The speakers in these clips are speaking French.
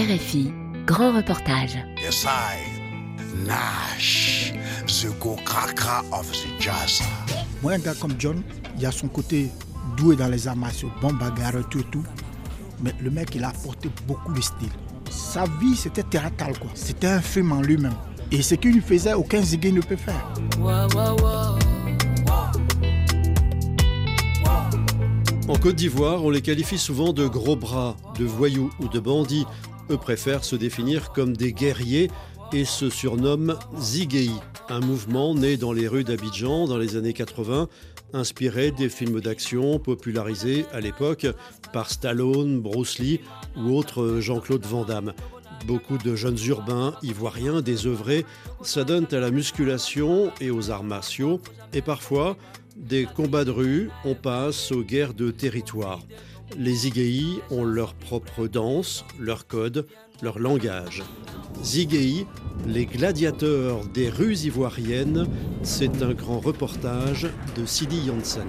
RFI, grand reportage. Yes, I, Nash, the go cracker of the jazz. Moi, un gars comme John, il a son côté doué dans les arts martiaux, bon bagarre, tout. Mais le mec, il a apporté beaucoup de style. Sa vie, c'était théâtral, quoi. C'était un film en lui-même. Et ce qu'il faisait, aucun zigué ne peut faire. En Côte d'Ivoire, on les qualifie souvent de gros bras, de voyous ou de bandits. Eux préfèrent se définir comme des guerriers et se surnomment Ziguéi, un mouvement né dans les rues d'Abidjan dans les années 80, inspiré des films d'action popularisés à l'époque par Stallone, Bruce Lee ou autres Jean-Claude Van Damme. Beaucoup de jeunes urbains ivoiriens désœuvrés s'adonnent à la musculation et aux arts martiaux et parfois des combats de rue, on passe aux guerres de territoire. Les Ziguéi ont leur propre danse, leur code, leur langage. Ziguéi, les gladiateurs des rues ivoiriennes, c'est un grand reportage de Sidi Yansane.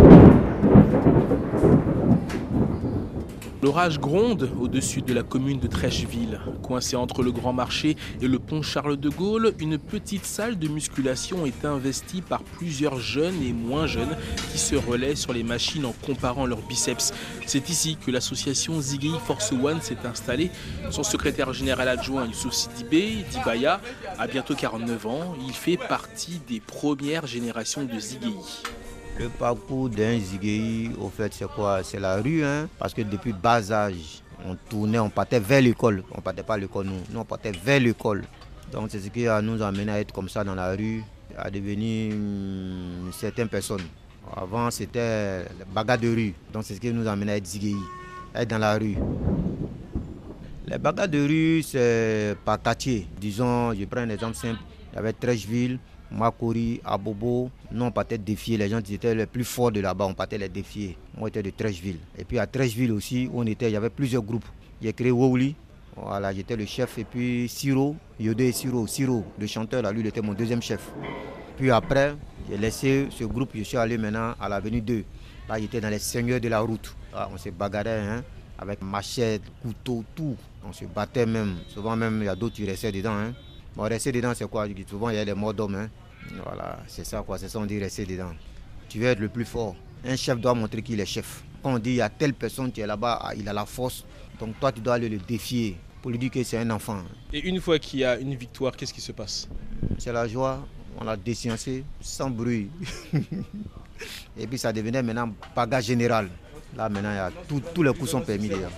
L'orage gronde au-dessus de la commune de Trècheville. Coincée entre le Grand Marché et le pont Charles de Gaulle, une petite salle de musculation est investie par plusieurs jeunes et moins jeunes qui se relaient sur les machines en comparant leurs biceps. C'est ici que l'association Ziguéi Force One s'est installée. Son secrétaire général adjoint Youssouf Sidibé, Dibaya, a bientôt 49 ans. Il fait partie des premières générations de Ziguéi. Le parcours d'un Ziguéi, au fait, c'est quoi? C'est la rue, parce que depuis bas âge, on tournait, on partait vers l'école. On ne partait pas à l'école, nous on partait vers l'école. Donc c'est ce qui nous a amené à être comme ça dans la rue, à devenir certaines personnes. Avant, c'était la bagarre de rue. Donc c'est ce qui nous a amené à être Ziguéi, à être dans la rue. Les bagarres de rue, c'est par quartier. Disons, je prends un exemple simple, il y avait Trècheville, Makori, Abobo, nous on partait défier, les gens qui étaient les plus forts de là-bas, on partait les défier. Moi j'étais de Trècheville. Et puis à Trècheville aussi, où il y avait plusieurs groupes. J'ai créé Wouli, voilà, j'étais le chef, et puis Siro, Yodé Siro, le chanteur là, lui il était mon deuxième chef. Puis après, j'ai laissé ce groupe, je suis allé maintenant à l'avenue 2. Là j'étais dans les seigneurs de la route. Là, on se bagarrait avec machette, couteau, tout. On se battait même, souvent même il y a d'autres qui restaient dedans. Bon, rester dedans, c'est quoi? Souvent, il y a des morts d'hommes. Voilà, c'est ça, quoi. C'est ça, on dit rester dedans. Tu veux être le plus fort. Un chef doit montrer qu'il est chef. Quand on dit il y a telle personne qui est là-bas, il a la force. Donc toi, tu dois aller le défier pour lui dire que c'est un enfant. Et une fois qu'il y a une victoire, qu'est-ce qui se passe? C'est la joie. On l'a déciencé sans bruit. Et puis ça devenait maintenant bagarre générale. Là, maintenant, il y a tous les coups sont permis déjà.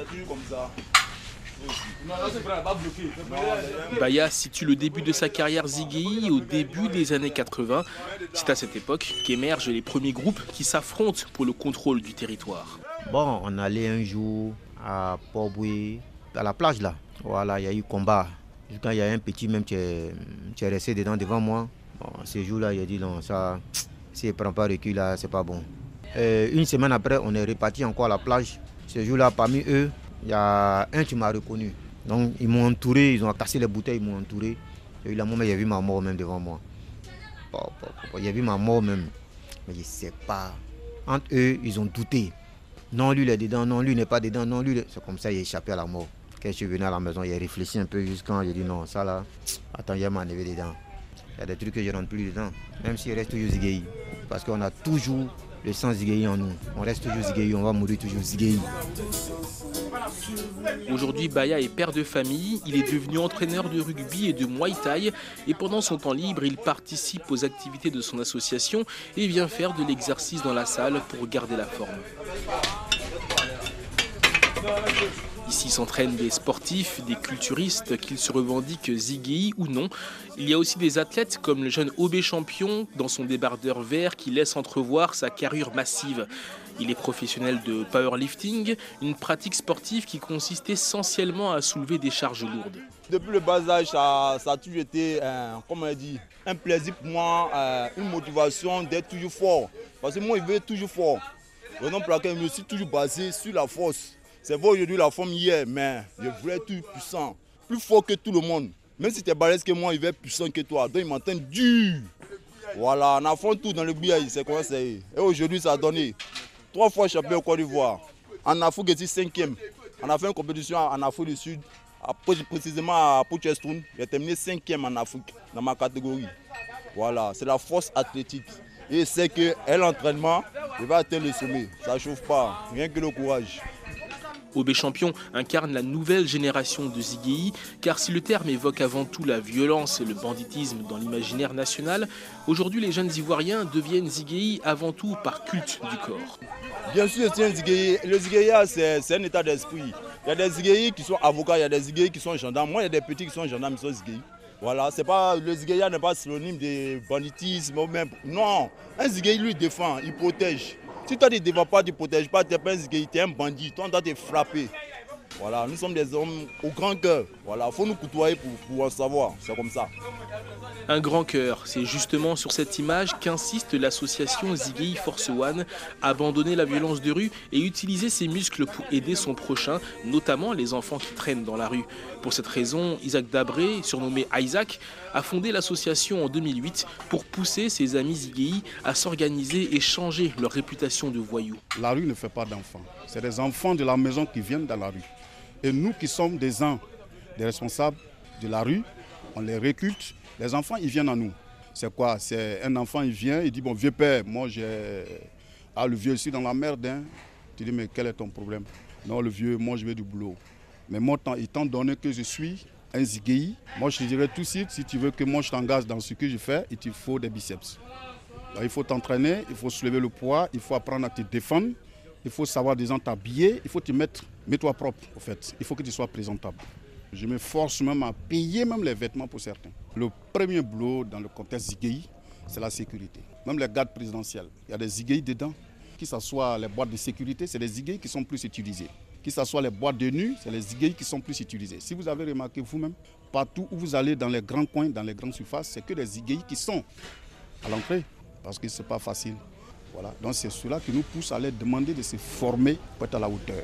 Baya situe le début de sa carrière Ziguéi au début des années 80. C'est à cette époque qu'émergent les premiers groupes qui s'affrontent pour le contrôle du territoire. Bon, on allait un jour à Port-Boué, à la plage là. Voilà, il y a eu combat. Quand il y a un petit même qui est resté dedans devant moi. Bon, ce jour-là, il a dit non, ça, s'il ne prend pas recul là, c'est pas bon. Une semaine après, on est reparti encore à la plage. Ce jour-là, parmi eux, il y a un qui m'a reconnu. Donc ils m'ont entouré, ils ont cassé les bouteilles, ils m'ont entouré. J'ai vu ma mort même devant moi. J'ai vu ma mort même. Mais je ne sais pas. Entre eux, ils ont douté. Non, lui il est dedans, non, lui n'est pas dedans, non, lui. C'est comme ça, il a échappé à la mort. Quand je suis venu à la maison, il a réfléchi un peu jusqu'à j'ai dit non, ça là, attends, il m'a enlevé dedans. Il y a des trucs que je ne rentre plus dedans. Même s'il reste toujours Ziguéi. Parce qu'on a toujours le sang Ziguéi en nous. On reste toujours Ziguéi, on va mourir toujours Ziguéi. Aujourd'hui, Baya est père de famille, il est devenu entraîneur de rugby et de muay thai et pendant son temps libre, il participe aux activités de son association et vient faire de l'exercice dans la salle pour garder la forme. Ici s'entraînent des sportifs, des culturistes, qu'ils se revendiquent Ziguéi ou non. Il y a aussi des athlètes comme le jeune OB champion dans son débardeur vert qui laisse entrevoir sa carrure massive. Il est professionnel de powerlifting, une pratique sportive qui consiste essentiellement à soulever des charges lourdes. Depuis le bas âge, ça a toujours été un plaisir pour moi, une motivation d'être toujours fort. Parce que moi, je veux être toujours fort. Raison pour laquelle je me suis toujours basé sur la force. C'est vrai aujourd'hui la forme hier, mais je voulais être plus puissant, plus fort que tout le monde. Même si tu es balèze que moi, il va être puissant que toi. Donc ils m'entendent dur. Voilà, on affronte tout dans le BI, c'est comment c'est. Et aujourd'hui, ça a donné 3 fois champion au Côte d'Ivoire. En Afrique, c'est 5e. On a fait une compétition en Afrique du Sud, précisément à Potchefstroom. J'ai terminé 5e en Afrique dans ma catégorie. Voilà, c'est la force athlétique. Et c'est que l'entraînement, il va atteindre le sommet. Ça ne chauffe pas, rien que le courage. OB Champion incarne la nouvelle génération de Ziguéi, car si le terme évoque avant tout la violence et le banditisme dans l'imaginaire national, aujourd'hui les jeunes Ivoiriens deviennent Ziguéi avant tout par culte du corps. Bien sûr, c'est un Ziguéi. Le Ziguéi, c'est un état d'esprit. Il y a des Ziguéi qui sont avocats, il y a des Ziguéi qui sont gendarmes. Moi, il y a des petits qui sont gendarmes, qui sont Ziguéi. Voilà, c'est pas, le Ziguéi n'est pas synonyme de banditisme. Même, non, un Ziguéi lui défend, il protège. Si toi tu ne défends pas, tu ne protèges pas, tu n'es pas un Ziguéi, tu es un bandit, toi on doit te frapper. Voilà, nous sommes des hommes au grand cœur. Voilà, il faut nous côtoyer pour en savoir, c'est comme ça. Un grand cœur, c'est justement sur cette image qu'insiste l'association Ziguéi Force One, abandonner la violence de rue et utiliser ses muscles pour aider son prochain, notamment les enfants qui traînent dans la rue. Pour cette raison, Isaac Dabré, surnommé Isaac, a fondé l'association en 2008 pour pousser ses amis Ziguéi à s'organiser et changer leur réputation de voyous. La rue ne fait pas d'enfants, c'est des enfants de la maison qui viennent dans la rue. Et nous qui sommes des responsables de la rue, on les réculte. Les enfants, ils viennent à nous. C'est quoi? C'est un enfant, il vient, il dit, bon, vieux père, moi j'ai... Ah, le vieux, je suis dans la merde. Hein. Tu dis, mais quel est ton problème? Non, le vieux, moi je veux du boulot. Mais moi, étant donné que je suis un Ziguéi, moi je te dirais tout de suite, si tu veux que moi je t'engage dans ce que je fais, il te faut des biceps. Alors, il faut t'entraîner, il faut soulever le poids, il faut apprendre à te défendre. Il faut savoir déjà t'habiller, il faut te mettre, mets-toi propre en fait. Il faut que tu sois présentable. Je me force même à payer même les vêtements pour certains. Le premier boulot dans le contexte Ziguéi, c'est la sécurité. Même les gardes présidentiels, il y a des Ziguéi dedans. Que ce soit les boîtes de sécurité, c'est les Ziguéi qui sont plus utilisés. Que ce soit les boîtes de nuit, c'est les Ziguéi qui sont plus utilisés. Si vous avez remarqué vous-même, partout où vous allez dans les grands coins, dans les grandes surfaces, c'est que les Ziguéi qui sont à l'entrée. Parce que ce n'est pas facile. Voilà. Donc c'est cela qui nous pousse à les demander de se former pour être à la hauteur.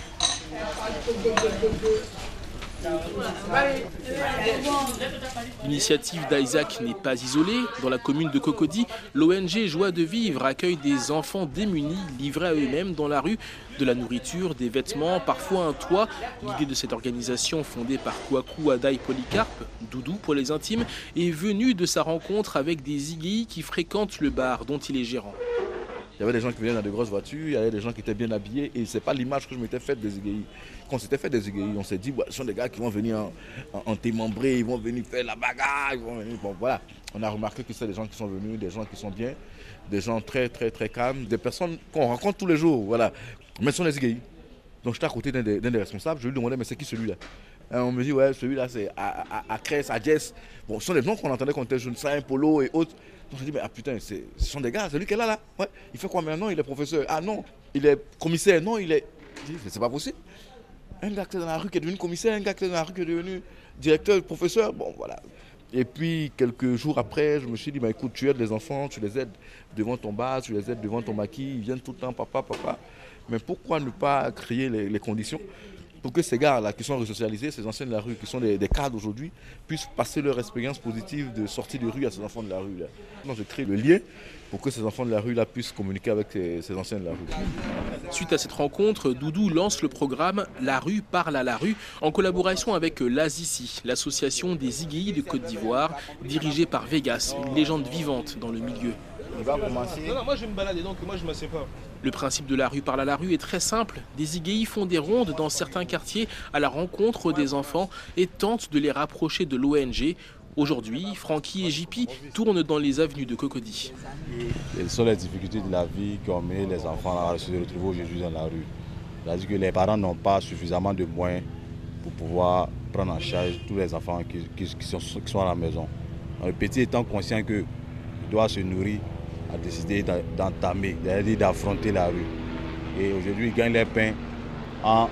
L'initiative d'Isaac n'est pas isolée. Dans la commune de Cocody, l'ONG Joie de Vivre accueille des enfants démunis livrés à eux-mêmes dans la rue. De la nourriture, des vêtements, parfois un toit. L'idée de cette organisation fondée par Kouakou Adaï Polycarpe, Doudou pour les intimes, est venue de sa rencontre avec des Ziguéi qui fréquentent le bar dont il est gérant. Il y avait des gens qui venaient dans de grosses voitures, il y avait des gens qui étaient bien habillés et ce n'est pas l'image que je m'étais faite des Ziguéi. Quand on s'était fait des Ziguéi, on s'est dit, bah, ce sont des gars qui vont venir en démembré, ils vont venir faire la bagarre, ils vont venir... Bon voilà, on a remarqué que c'est des gens qui sont venus, des gens qui sont bien, des gens très très très calmes, des personnes qu'on rencontre tous les jours, voilà. Mais ce sont des Ziguéi. Donc j'étais à côté d'un des responsables, je lui demandais, mais c'est qui celui-là? On me dit, ouais, celui-là c'est à Cress, à Jess. Bon, ce sont des noms qu'on entendait quand on était jeune, ça, un Polo et autres. Donc je dis, mais ah putain, ce sont des gars, c'est lui qui est là. Ouais. Il fait quoi maintenant? Il est professeur. Ah non, il est commissaire. Non, il est... Je dis, c'est pas possible. Un gars qui est dans la rue qui est devenu commissaire, un gars qui est dans la rue qui est devenu directeur, professeur. Bon, voilà. Et puis, quelques jours après, je me suis dit, bah, écoute, tu aides les enfants, tu les aides devant ton bar, tu les aides devant ton maquis, ils viennent tout le temps, papa. Mais pourquoi ne pas créer les conditions pour que ces gars-là qui sont resocialisés, ces anciens de la rue, qui sont des cadres aujourd'hui, puissent passer leur expérience positive de sortie de rue à ces enfants de la rue. Donc je crée le lien pour que ces enfants de la rue là, puissent communiquer avec ces anciens de la rue. Suite à cette rencontre, Doudou lance le programme La rue parle à la rue en collaboration avec l'AZICI, l'association des Ziguéi de Côte d'Ivoire, dirigée par Vegas, une légende vivante dans le milieu. Il va commencer. Non, moi je vais me balader, donc moi je ne m'assieds pas. Le principe de La rue parle à la rue est très simple. Des Ziguéi font des rondes dans certains quartiers à la rencontre des enfants et tentent de les rapprocher de l'ONG. Aujourd'hui, Francky et JP tournent dans les avenues de Cocody. Quelles sont les difficultés de la vie qui ont mené les enfants à se retrouver aujourd'hui dans la rue? C'est-à-dire que les parents n'ont pas suffisamment de moyens pour pouvoir prendre en charge tous les enfants qui sont à la maison. Alors, le petit étant conscient qu'il doit se nourrir, a décidé d'entamer, d'affronter la rue. Et aujourd'hui, ils gagnent leur pain en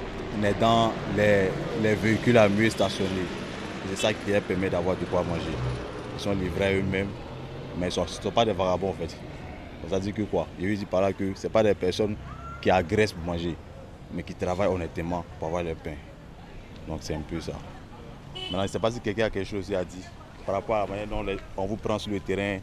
aidant les véhicules à mieux stationner. C'est ça qui leur permet d'avoir de quoi manger. Ils sont livrés à eux-mêmes, mais ils ne sont pas des vagabonds en fait. Ça veut dire que quoi? Je veux dire par là que ce n'est pas des personnes qui agressent pour manger, mais qui travaillent honnêtement pour avoir leur pain. Donc c'est un peu ça. Maintenant, je ne sais pas si quelqu'un a quelque chose à dire par rapport à la manière dont on vous prend sur le terrain.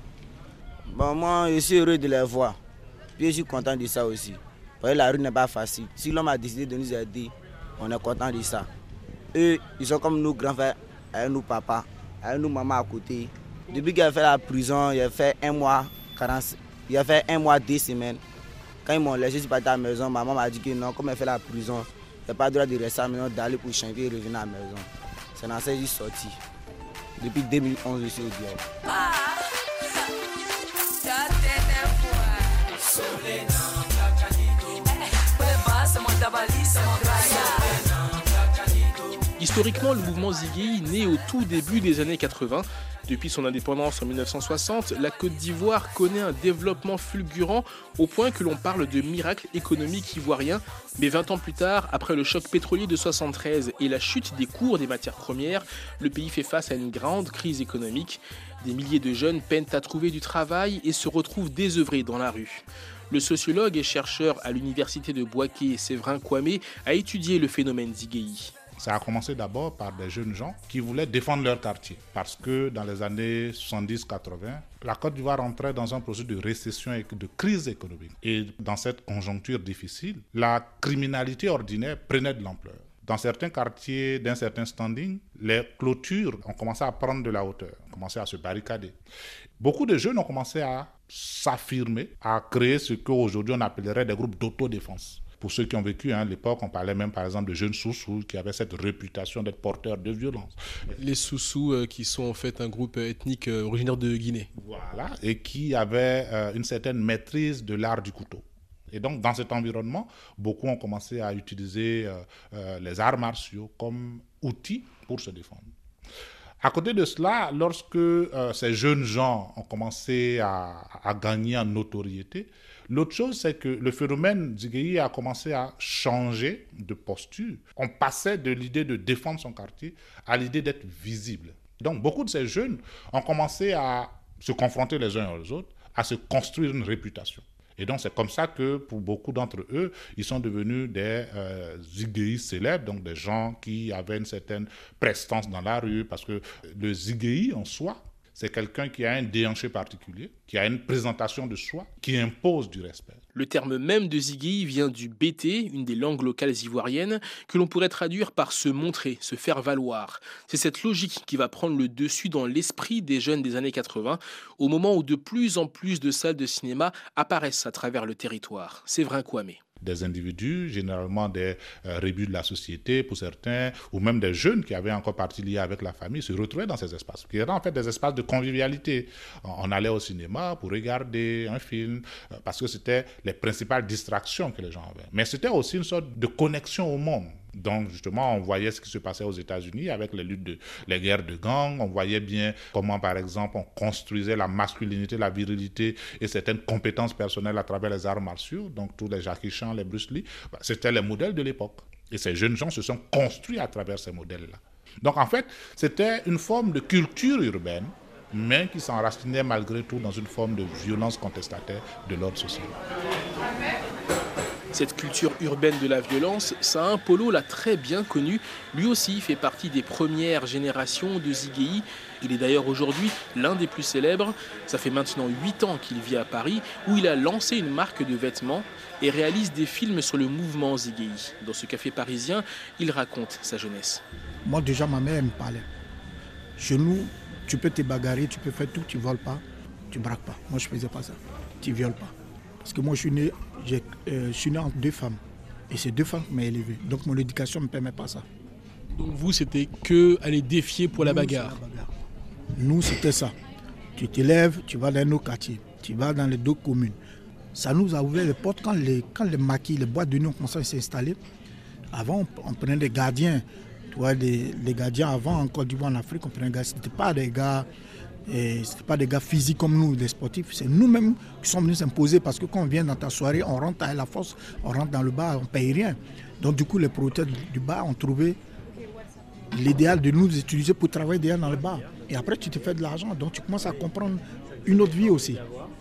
Bon, moi, je suis heureux de les voir. Puis je suis content de ça aussi. Parce que la rue n'est pas facile. Si l'homme a décidé de nous aider, On est content de ça. Eux, ils sont comme nos grands frères, avec nos papas, avec nos mamans à côté. Depuis qu'il a fait la prison, il a fait 1 mois, 40, il a fait 1 mois, 2 semaines. Quand ils m'ont laissé, je suis parti à la maison, maman m'a dit que non, comme elle fait la prison, il n'y a pas le droit de rester à la maison, d'aller pour changer et revenir à la maison. C'est dans ça que je suis sorti. Depuis 2011, je suis au diable. Historiquement, le mouvement Ziguéi naît au tout début des années 80. Depuis son indépendance en 1960, la Côte d'Ivoire connaît un développement fulgurant au point que l'on parle de miracle économique ivoirien. Mais 20 ans plus tard, après le choc pétrolier de 1973 et la chute des cours des matières premières, le pays fait face à une grande crise économique. Des milliers de jeunes peinent à trouver du travail et se retrouvent désœuvrés dans la rue. Le sociologue et chercheur à l'université de Bouaké, Séverin Kwame, a étudié le phénomène Ziguéi. Ça a commencé d'abord par des jeunes gens qui voulaient défendre leur quartier. Parce que dans les années 70-80, la Côte d'Ivoire entrait dans un processus de récession et de crise économique. Et dans cette conjoncture difficile, la criminalité ordinaire prenait de l'ampleur. Dans certains quartiers d'un certain standing, les clôtures ont commencé à prendre de la hauteur, ont commencé à se barricader. Beaucoup de jeunes ont commencé à s'affirmer, à créer ce qu'aujourd'hui on appellerait des groupes d'autodéfense. Pour ceux qui ont vécu à l'époque, on parlait même par exemple de jeunes Soussous qui avaient cette réputation d'être porteurs de violence. Les Soussous qui sont en fait un groupe ethnique originaire de Guinée. Voilà, et qui avaient une certaine maîtrise de l'art du couteau. Et donc dans cet environnement, beaucoup ont commencé à utiliser les arts martiaux comme outils pour se défendre. À côté de cela, lorsque ces jeunes gens ont commencé à gagner en notoriété, l'autre chose, c'est que le phénomène Ziguéi a commencé à changer de posture. On passait de l'idée de défendre son quartier à l'idée d'être visible. Donc, beaucoup de ces jeunes ont commencé à se confronter les uns aux autres, à se construire une réputation. Et donc, c'est comme ça que, pour beaucoup d'entre eux, ils sont devenus des Ziguéi célèbres, donc des gens qui avaient une certaine prestance dans la rue, parce que le Ziguéi en soi, c'est quelqu'un qui a un déhanché particulier, qui a une présentation de soi, qui impose du respect. Le terme même de Ziguéi vient du bété, une des langues locales ivoiriennes, que l'on pourrait traduire par se montrer, se faire valoir. C'est cette logique qui va prendre le dessus dans l'esprit des jeunes des années 80, au moment où de plus en plus de salles de cinéma apparaissent à travers le territoire. Séverin Kwame. Des individus, généralement des rébus de la société pour certains, ou même des jeunes qui avaient encore partie liée avec la famille, se retrouvaient dans ces espaces, qui étaient en fait des espaces de convivialité. On allait au cinéma pour regarder un film, parce que c'était les principales distractions que les gens avaient. Mais c'était aussi une sorte de connexion au monde. Donc justement, on voyait ce qui se passait aux États-Unis avec les guerres de gangs. On voyait bien comment, par exemple, on construisait la masculinité, la virilité et certaines compétences personnelles à travers les arts martiaux. Donc tous les Jackie Chan, les Bruce Lee, c'était les modèles de l'époque. Et ces jeunes gens se sont construits à travers ces modèles-là. Donc en fait, c'était une forme de culture urbaine, mais qui s'enracinait malgré tout dans une forme de violence contestataire de l'ordre social. Cette culture urbaine de la violence, Saint Polo l'a très bien connu. Lui aussi fait partie des premières générations de Ziguéi. Il est d'ailleurs aujourd'hui l'un des plus célèbres. Ça fait maintenant 8 ans qu'il vit à Paris, où il a lancé une marque de vêtements et réalise des films sur le mouvement Ziguéi. Dans ce café parisien, il raconte sa jeunesse. Moi déjà, ma mère me parlait. Chez nous, tu peux te bagarrer, tu peux faire tout, tu ne voles pas, tu ne braques pas. Moi, je ne faisais pas ça. Tu ne violes pas. Parce que moi, je suis né entre 2 femmes. Et c'est 2 femmes qui m'ont élevé. Donc, mon éducation ne me permet pas ça. Donc, vous, c'était que aller défier pour la bagarre. Nous, c'était ça. Tu t'élèves, tu vas dans nos quartiers, tu vas dans les 2 communes. Ça nous a ouvert les portes quand les maquis, les boîtes de nuit ont commencé à s'installer. Avant, on prenait des gardiens. Tu vois, les gardiens avant, en Côte d'Ivoire, en Afrique, on prenait des gars. Ce n'était pas des gars... Et ce n'est pas des gars physiques comme nous, les sportifs, c'est nous-mêmes qui sommes venus s'imposer parce que quand on vient dans ta soirée, on rentre à la force, on rentre dans le bar, on ne paye rien. Donc du coup, les producteurs du bar ont trouvé l'idéal de nous utiliser pour travailler derrière dans le bar. Et après, tu te fais de l'argent, donc tu commences à comprendre une autre vie aussi.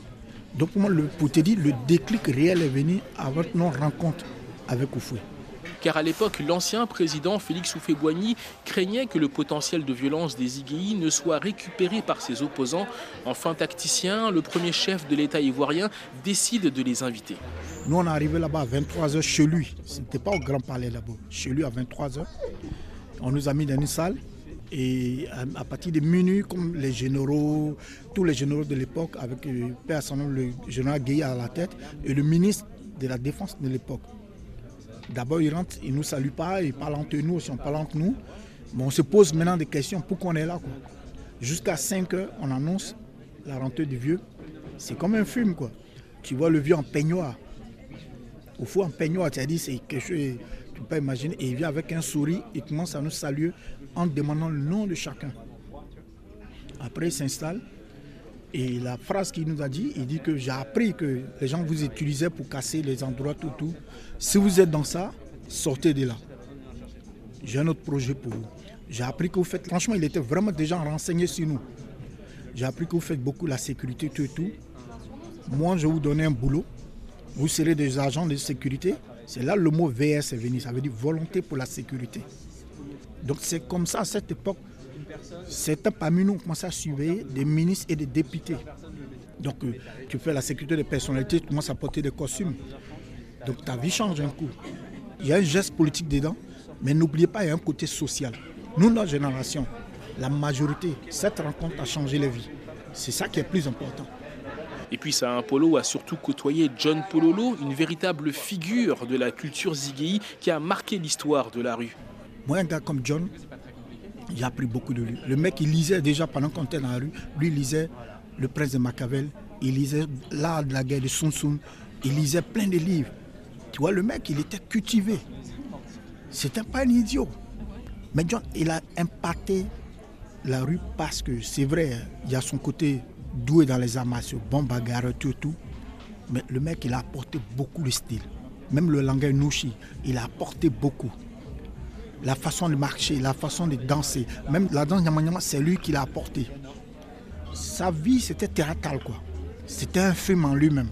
Donc pour moi, pour te dire, le déclic réel est venu avec nos rencontres avec Oufoué. car à l'époque, l'ancien président Félix Houphouët-Boigny craignait que le potentiel de violence des Ziguéi ne soit récupéré par ses opposants. Enfin tacticien, le premier chef de l'État ivoirien décide de les inviter. Nous, on est arrivé là-bas à 23h chez lui. Ce n'était pas au Grand Palais là-bas. Chez lui à 23h. On nous a mis dans une salle. Et à partir de minuit, comme les généraux, tous les généraux de l'époque, avec le général Gueye à la tête et le ministre de la Défense de l'époque. D'abord, il rentre, il ne nous salue pas, il parle entre nous, aussi on parle entre nous. Mais on se pose maintenant des questions, pourquoi on est là, quoi. Jusqu'à 5h, on annonce la rentrée du vieux. C'est comme un film, quoi. Tu vois le vieux en peignoir. Au fond, en peignoir, tu as dit, c'est quelque chose, tu ne peux pas imaginer. Et il vient avec un sourire, il commence à nous saluer en demandant le nom de chacun. Après, il s'installe. Et la phrase qu'il nous a dit, il dit que j'ai appris que les gens vous utilisaient pour casser les endroits, tout. Si vous êtes dans ça, sortez de là. J'ai un autre projet pour vous. J'ai appris que vous faites... Franchement, il était vraiment déjà renseigné sur nous. J'ai appris que vous faites beaucoup la sécurité, tout. Moi, je vais vous donner un boulot. Vous serez des agents de sécurité. C'est là le mot VS est venu. Ça veut dire volonté pour la sécurité. Donc c'est comme ça à cette époque. Certains parmi nous ont commencé à surveiller des ministres et des députés. Donc tu fais la sécurité des personnalités, tu commences à porter des costumes. Donc ta vie change un coup. Il y a un geste politique dedans, mais n'oubliez pas, il y a un côté social. Nous, notre génération, la majorité, cette rencontre a changé les vies. C'est ça qui est plus important. Et puis Saint Polo a surtout côtoyé John Pololo, une véritable figure de la culture Ziguéi qui a marqué l'histoire de la rue. Moi, un gars comme John, j'ai appris beaucoup de lui. Le mec, il lisait déjà pendant qu'on était dans la rue. Lui, il lisait Le Prince de Machiavel, il lisait L'Art de la guerre de Sun Tzu, il lisait plein de livres. Tu vois, le mec, il était cultivé. C'était pas un idiot. Mais John, il a impacté la rue parce que c'est vrai, il y a son côté doué dans les arts martiaux, bon bagarreur, tout. Mais le mec, il a apporté beaucoup de style. Même le langage Nushi, il a apporté beaucoup. La façon de marcher, la façon de danser, même la danse Nyama, c'est lui qui l'a apporté. Sa vie, c'était théâtral, quoi. C'était un film en lui-même.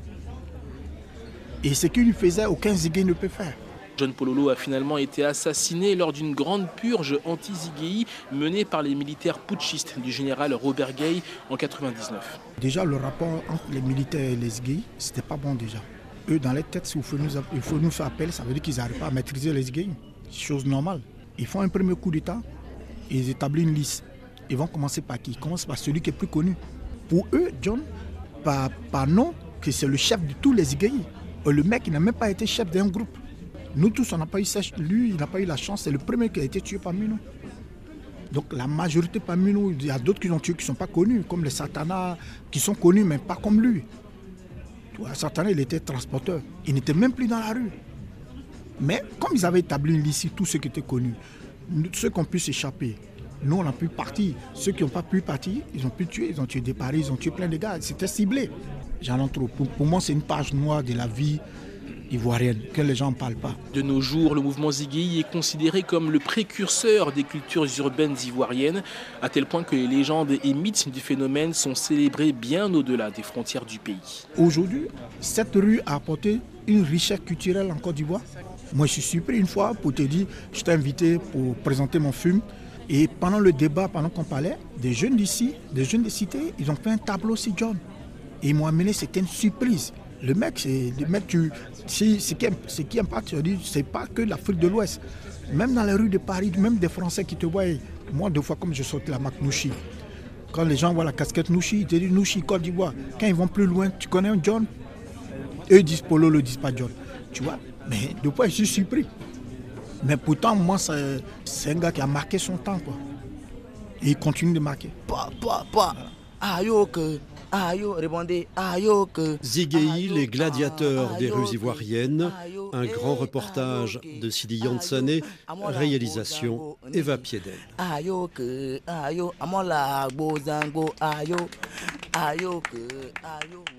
Et ce qu'il lui faisait, aucun Ziguéi ne peut faire. John Pololo a finalement été assassiné lors d'une grande purge anti-Ziguéi menée par les militaires putschistes du général Robert Gueye en 1999. Déjà, le rapport entre les militaires et les Ziguéi, c'était pas bon déjà. Eux, dans les têtes, s'il faut nous faire appel, ça veut dire qu'ils n'arrivent pas à maîtriser les Ziguéi. Chose normale. Ils font un premier coup d'État et ils établissent une liste. Ils vont commencer par qui? Ils commencent par celui qui est plus connu. Pour eux, John, par nom, que c'est le chef de tous les Ziguéi. Le mec, il n'a même pas été chef d'un groupe. Nous tous, on n'a pas eu ça. Lui, il n'a pas eu la chance. C'est le premier qui a été tué parmi nous. Donc la majorité parmi nous, il y a d'autres qui l'ont tué qui ne sont pas connus, comme les Satanas, qui sont connus, mais pas comme lui. Satana, il était transporteur. Il n'était même plus dans la rue. Mais comme ils avaient établi une liste, tous ceux qui étaient connus, ceux qui ont pu s'échapper, nous on a pu partir. Ceux qui n'ont pas pu partir, ils ont pu tuer, ils ont tué des paris, ils ont tué plein de gars. C'était ciblé. J'en ai trop. Pour moi, c'est une page noire de la vie ivoirienne, que les gens ne parlent pas. De nos jours, le mouvement Ziguéi est considéré comme le précurseur des cultures urbaines ivoiriennes, à tel point que les légendes et mythes du phénomène sont célébrés bien au-delà des frontières du pays. Aujourd'hui, cette rue a apporté une richesse culturelle en Côte d'Ivoire. Moi, je suis surpris une fois pour te dire, je t'ai invité pour présenter mon film. Et pendant le débat, pendant qu'on parlait, des jeunes d'ici, des jeunes des cités, ils ont fait un tableau sur John. Et ils m'ont amené, c'était une surprise. Le mec, ce qui impacte, c'est pas que l'Afrique de l'Ouest. Même dans les rues de Paris, même des Français qui te voient. Moi, deux fois, comme je sortais la marque Nushi, quand les gens voient la casquette Nushi, ils te disent Nushi, Côte d'Ivoire. Quand ils vont plus loin, tu connais un John? Eux disent Polo, le disent pas John. Tu vois? Mais deux fois, je suis surpris. Mais pourtant, moi, c'est un gars qui a marqué son temps, quoi. Et il continue de marquer. Ziguéi, les gladiateurs des rues ivoiriennes, un grand reportage de Sidi Yansane, réalisation Eva Piedel. Ayo